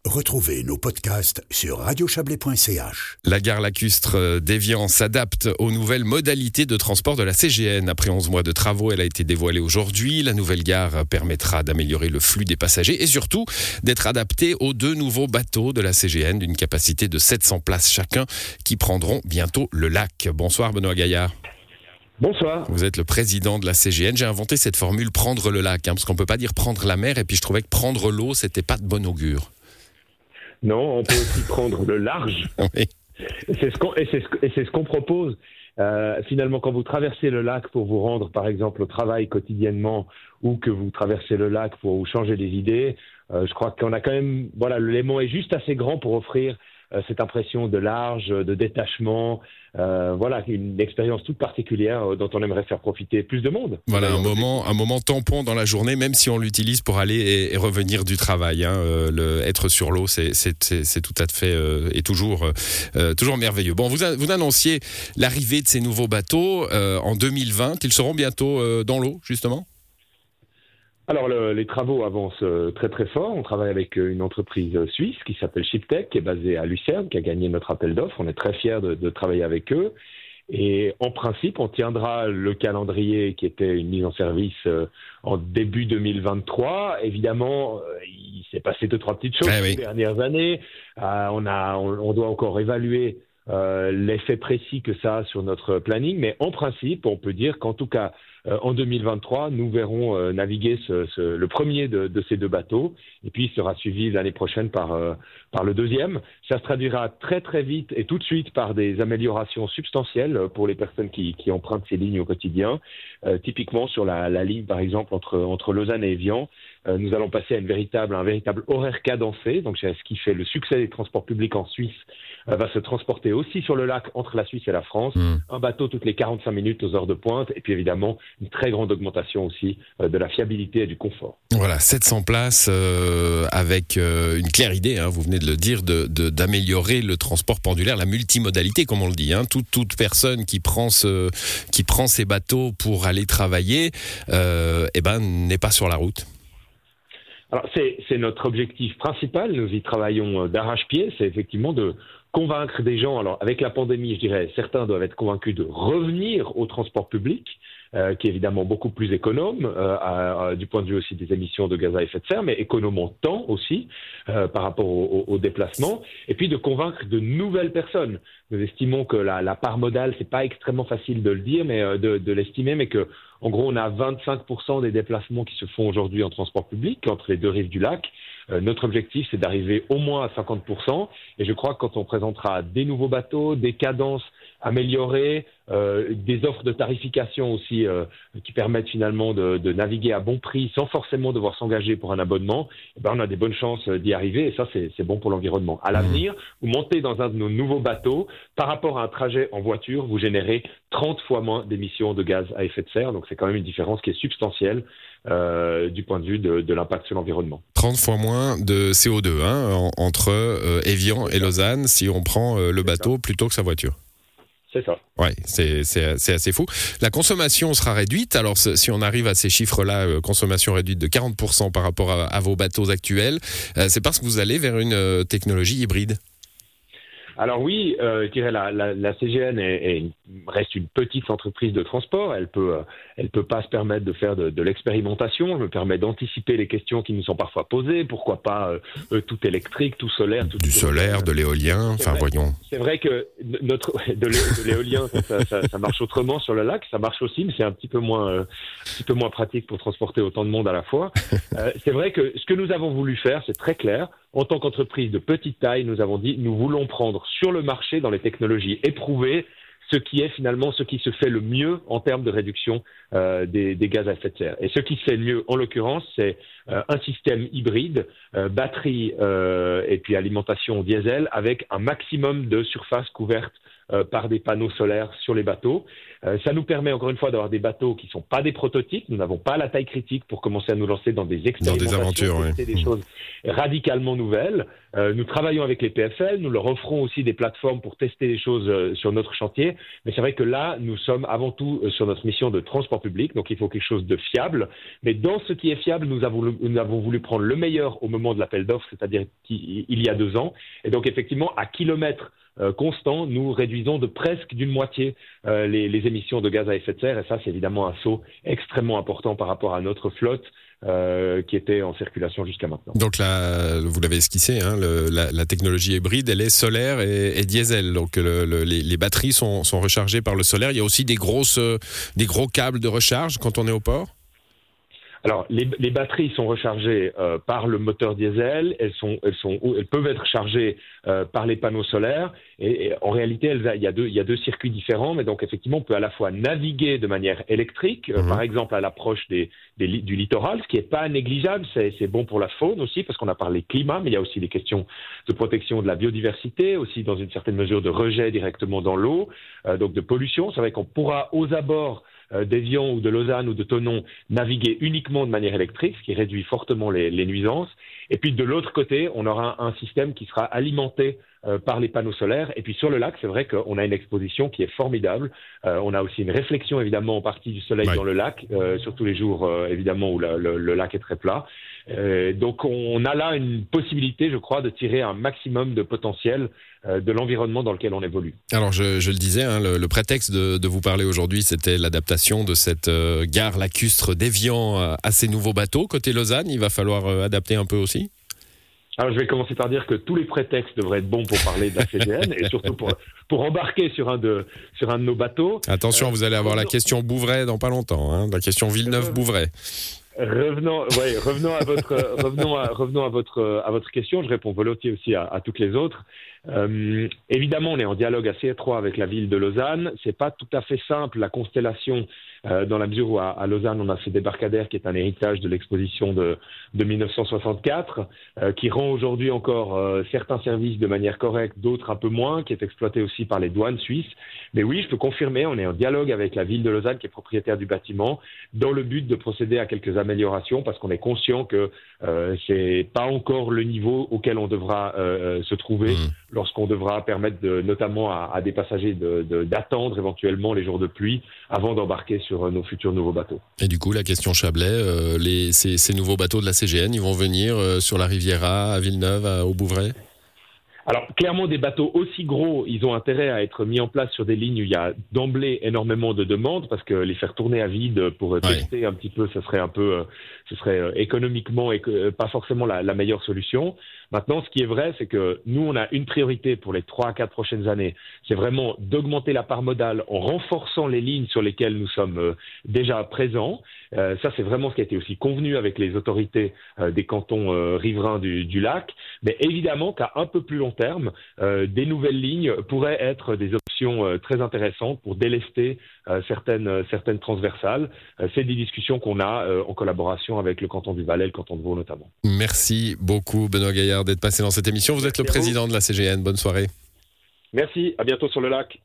Retrouvez nos podcasts sur radiochablais.ch. La gare lacustre d'Évian s'adapte aux nouvelles modalités de transport de la CGN. Après 11 mois de travaux, elle a été dévoilée aujourd'hui. La nouvelle gare permettra d'améliorer le flux des passagers et surtout d'être adaptée aux 2 nouveaux bateaux de la CGN d'une capacité de 700 places chacun qui prendront bientôt le lac. Bonsoir Benoît Gaillard. Bonsoir. Vous êtes le président de la CGN. J'ai inventé cette formule prendre le lac, parce qu'on ne peut pas dire prendre la mer, et puis je trouvais que prendre l'eau, c'était pas de bon augure. Non, on peut aussi prendre le large. Oui. C'est ce qu'on propose. Finalement, quand vous traversez le lac pour vous rendre, par exemple, au travail quotidiennement, ou que vous traversez le lac pour vous changer les idées, je crois qu'on a quand même, le Léman est juste assez grand pour offrir cette impression de large, de détachement, une expérience toute particulière dont on aimerait faire profiter plus de monde. Voilà, un moment tampon dans la journée, même si on l'utilise pour aller et revenir du travail. Être sur l'eau, c'est tout à fait et toujours merveilleux. Bon, vous annonciez l'arrivée de ces nouveaux bateaux en 2020. Ils seront bientôt dans l'eau, justement ? Alors, les travaux avancent très très fort. On travaille avec une entreprise suisse qui s'appelle Shiptech, qui est basée à Lucerne, qui a gagné notre appel d'offres. On est très fiers de travailler avec eux. Et en principe, on tiendra le calendrier qui était une mise en service en début 2023. Évidemment, il s'est passé 2-3 petites choses ces dernières années. On doit encore évaluer l'effet précis que ça a sur notre planning. Mais en principe, on peut dire qu'en tout cas, en 2023, nous verrons naviguer le premier de ces 2 bateaux, et puis il sera suivi l'année prochaine par le deuxième. Ça se traduira très très vite et tout de suite par des améliorations substantielles pour les personnes qui empruntent ces lignes au quotidien. Typiquement sur la ligne, par exemple, entre Lausanne et Évian, nous allons passer à un véritable horaire cadencé. Donc ce qui fait le succès des transports publics en Suisse va se transporter aussi sur le lac entre la Suisse et la France. Un bateau toutes les 45 minutes aux heures de pointe, et puis évidemment une très grande augmentation aussi de la fiabilité et du confort. Voilà, 700 places avec une claire idée, vous venez de le dire, d'améliorer le transport pendulaire, la multimodalité comme on le dit. Toute personne qui prend ces bateaux pour aller travailler n'est pas sur la route. Alors c'est notre objectif principal, nous y travaillons d'arrache-pied, c'est effectivement de convaincre des gens. Alors avec la pandémie, je dirais, certains doivent être convaincus de revenir au transport public, qui est évidemment beaucoup plus économe du point de vue aussi des émissions de gaz à effet de serre, mais économe en temps aussi par rapport au déplacement, et puis de convaincre de nouvelles personnes. Nous estimons que la part modale, c'est pas extrêmement facile de le dire, mais de l'estimer, mais que en gros on a 25% des déplacements qui se font aujourd'hui en transport public entre les 2 rives du lac. Notre objectif, c'est d'arriver au moins à 50%, et je crois que quand on présentera des nouveaux bateaux, des cadences améliorées, des offres de tarification aussi qui permettent finalement de naviguer à bon prix sans forcément devoir s'engager pour un abonnement, on a des bonnes chances d'y arriver, et ça c'est bon pour l'environnement. À l'avenir, vous montez dans un de nos nouveaux bateaux, par rapport à un trajet en voiture, vous générez 30 fois moins d'émissions de gaz à effet de serre, donc c'est quand même une différence qui est substantielle du point de vue de l'impact sur l'environnement. 30 fois moins de CO2 entre Évian et Lausanne si on prend le bateau plutôt que sa voiture. C'est ça. Ouais, c'est assez fou. La consommation sera réduite. Alors, si on arrive à ces chiffres-là, consommation réduite de 40% par rapport à vos bateaux actuels, c'est parce que vous allez vers une technologie hybride. Alors oui, je dirais la CGN reste une petite entreprise de transport. Elle peut pas se permettre de faire de l'expérimentation. Je me permets d'anticiper les questions qui nous sont parfois posées. Pourquoi pas tout électrique, tout solaire, du solaire, de l'éolien. Voyons. C'est vrai que de l'éolien, ça marche autrement sur le lac. Ça marche aussi, mais c'est un petit peu moins pratique pour transporter autant de monde à la fois. C'est vrai que ce que nous avons voulu faire, c'est très clair. En tant qu'entreprise de petite taille, nous avons dit nous voulons prendre sur le marché, dans les technologies éprouvées, ce qui est finalement ce qui se fait le mieux en termes de réduction des gaz à effet de serre. Et ce qui se fait le mieux, en l'occurrence, c'est un système hybride, batterie et puis alimentation au diesel, avec un maximum de surface couverte par des panneaux solaires sur les bateaux. Ça nous permet encore une fois d'avoir des bateaux qui ne sont pas des prototypes. Nous n'avons pas la taille critique pour commencer à nous lancer dans des expérimentations, dans des aventures, tester des choses radicalement nouvelles. Nous travaillons avec les PFL, nous leur offrons aussi des plateformes pour tester des choses sur notre chantier. Mais c'est vrai que là, nous sommes avant tout sur notre mission de transport public, donc il faut quelque chose de fiable. Mais dans ce qui est fiable, nous avons voulu prendre le meilleur au moment de l'appel d'offres, c'est-à-dire il y a 2 ans. Et donc effectivement, à kilomètre constant, nous réduisons de presque d'une moitié les émissions de gaz à effet de serre. Et ça, c'est évidemment un saut extrêmement important par rapport à notre flotte qui était en circulation jusqu'à maintenant. Donc là, vous l'avez esquissé, hein, la technologie hybride, elle est solaire et diesel. Donc les batteries sont rechargées par le solaire. Il y a aussi des gros câbles de recharge quand on est au port. Alors, les batteries sont rechargées par le moteur diesel, elles peuvent être chargées par les panneaux solaires, et en réalité, il y a deux circuits différents, mais donc effectivement, on peut à la fois naviguer de manière électrique, par exemple à l'approche du littoral, ce qui n'est pas négligeable, c'est bon pour la faune aussi, parce qu'on a parlé climat, mais il y a aussi les questions de protection de la biodiversité, aussi dans une certaine mesure de rejet directement dans l'eau, donc de pollution. C'est vrai qu'on pourra aux abords d'Évian ou de Lausanne ou de Thonon naviguer uniquement de manière électrique, ce qui réduit fortement les nuisances. Et puis de l'autre côté, on aura un système qui sera alimenté par les panneaux solaires. Et puis sur le lac, c'est vrai qu'on a une exposition qui est formidable. On a aussi une réflexion évidemment en partie du soleil dans le lac, surtout les jours évidemment où le lac est très plat. Donc on a là une possibilité, je crois, de tirer un maximum de potentiel de l'environnement dans lequel on évolue. Alors je le disais, hein, le prétexte de vous parler aujourd'hui, c'était l'adaptation de cette gare lacustre d'Évian à ces nouveaux bateaux. Côté Lausanne, il va falloir adapter un peu aussi? Alors je vais commencer par dire que tous les prétextes devraient être bons pour parler de la CGN et surtout pour embarquer sur un de nos bateaux. Attention, vous allez avoir la question Bouvray dans pas longtemps, hein, la question Villeneuve-Bouvray. Revenons à votre question. Je réponds volontiers aussi à toutes les autres. Évidemment, on est en dialogue assez étroit avec la ville de Lausanne. C'est pas tout à fait simple la constellation dans la mesure où à Lausanne on a ce débarcadère qui est un héritage de l'exposition de 1964, qui rend aujourd'hui encore certains services de manière correcte, d'autres un peu moins, qui est exploité aussi par les douanes suisses. Mais oui, je peux confirmer, on est en dialogue avec la ville de Lausanne qui est propriétaire du bâtiment, dans le but de procéder à quelques améliorations, parce qu'on est conscient que c'est pas encore le niveau auquel on devra se trouver lorsqu'on devra permettre notamment à des passagers d'attendre éventuellement les jours de pluie avant d'embarquer sur nos futurs nouveaux bateaux. Et du coup, la question Chablais, ces nouveaux bateaux de la CGN, ils vont venir sur la Riviera, à Villeneuve, au Bouvray? Alors, clairement, des bateaux aussi gros, ils ont intérêt à être mis en place sur des lignes où il y a d'emblée énormément de demandes, parce que les faire tourner à vide pour tester un petit peu, ce serait économiquement pas forcément la meilleure solution. Maintenant, ce qui est vrai, c'est que nous, on a une priorité pour les 3 à 4 prochaines années. C'est vraiment d'augmenter la part modale en renforçant les lignes sur lesquelles nous sommes déjà présents. Ça, c'est vraiment ce qui a été aussi convenu avec les autorités des cantons riverains du lac. Mais évidemment qu'à un peu plus long terme, des nouvelles lignes pourraient être des options très intéressantes pour délester certaines transversales. C'est des discussions qu'on a en collaboration avec le canton du Valais, le canton de Vaud notamment. Merci beaucoup Benoît Gaillard d'être passé dans cette émission. Vous êtes le président de la CGN. Bonne soirée. Merci, à bientôt sur le lac.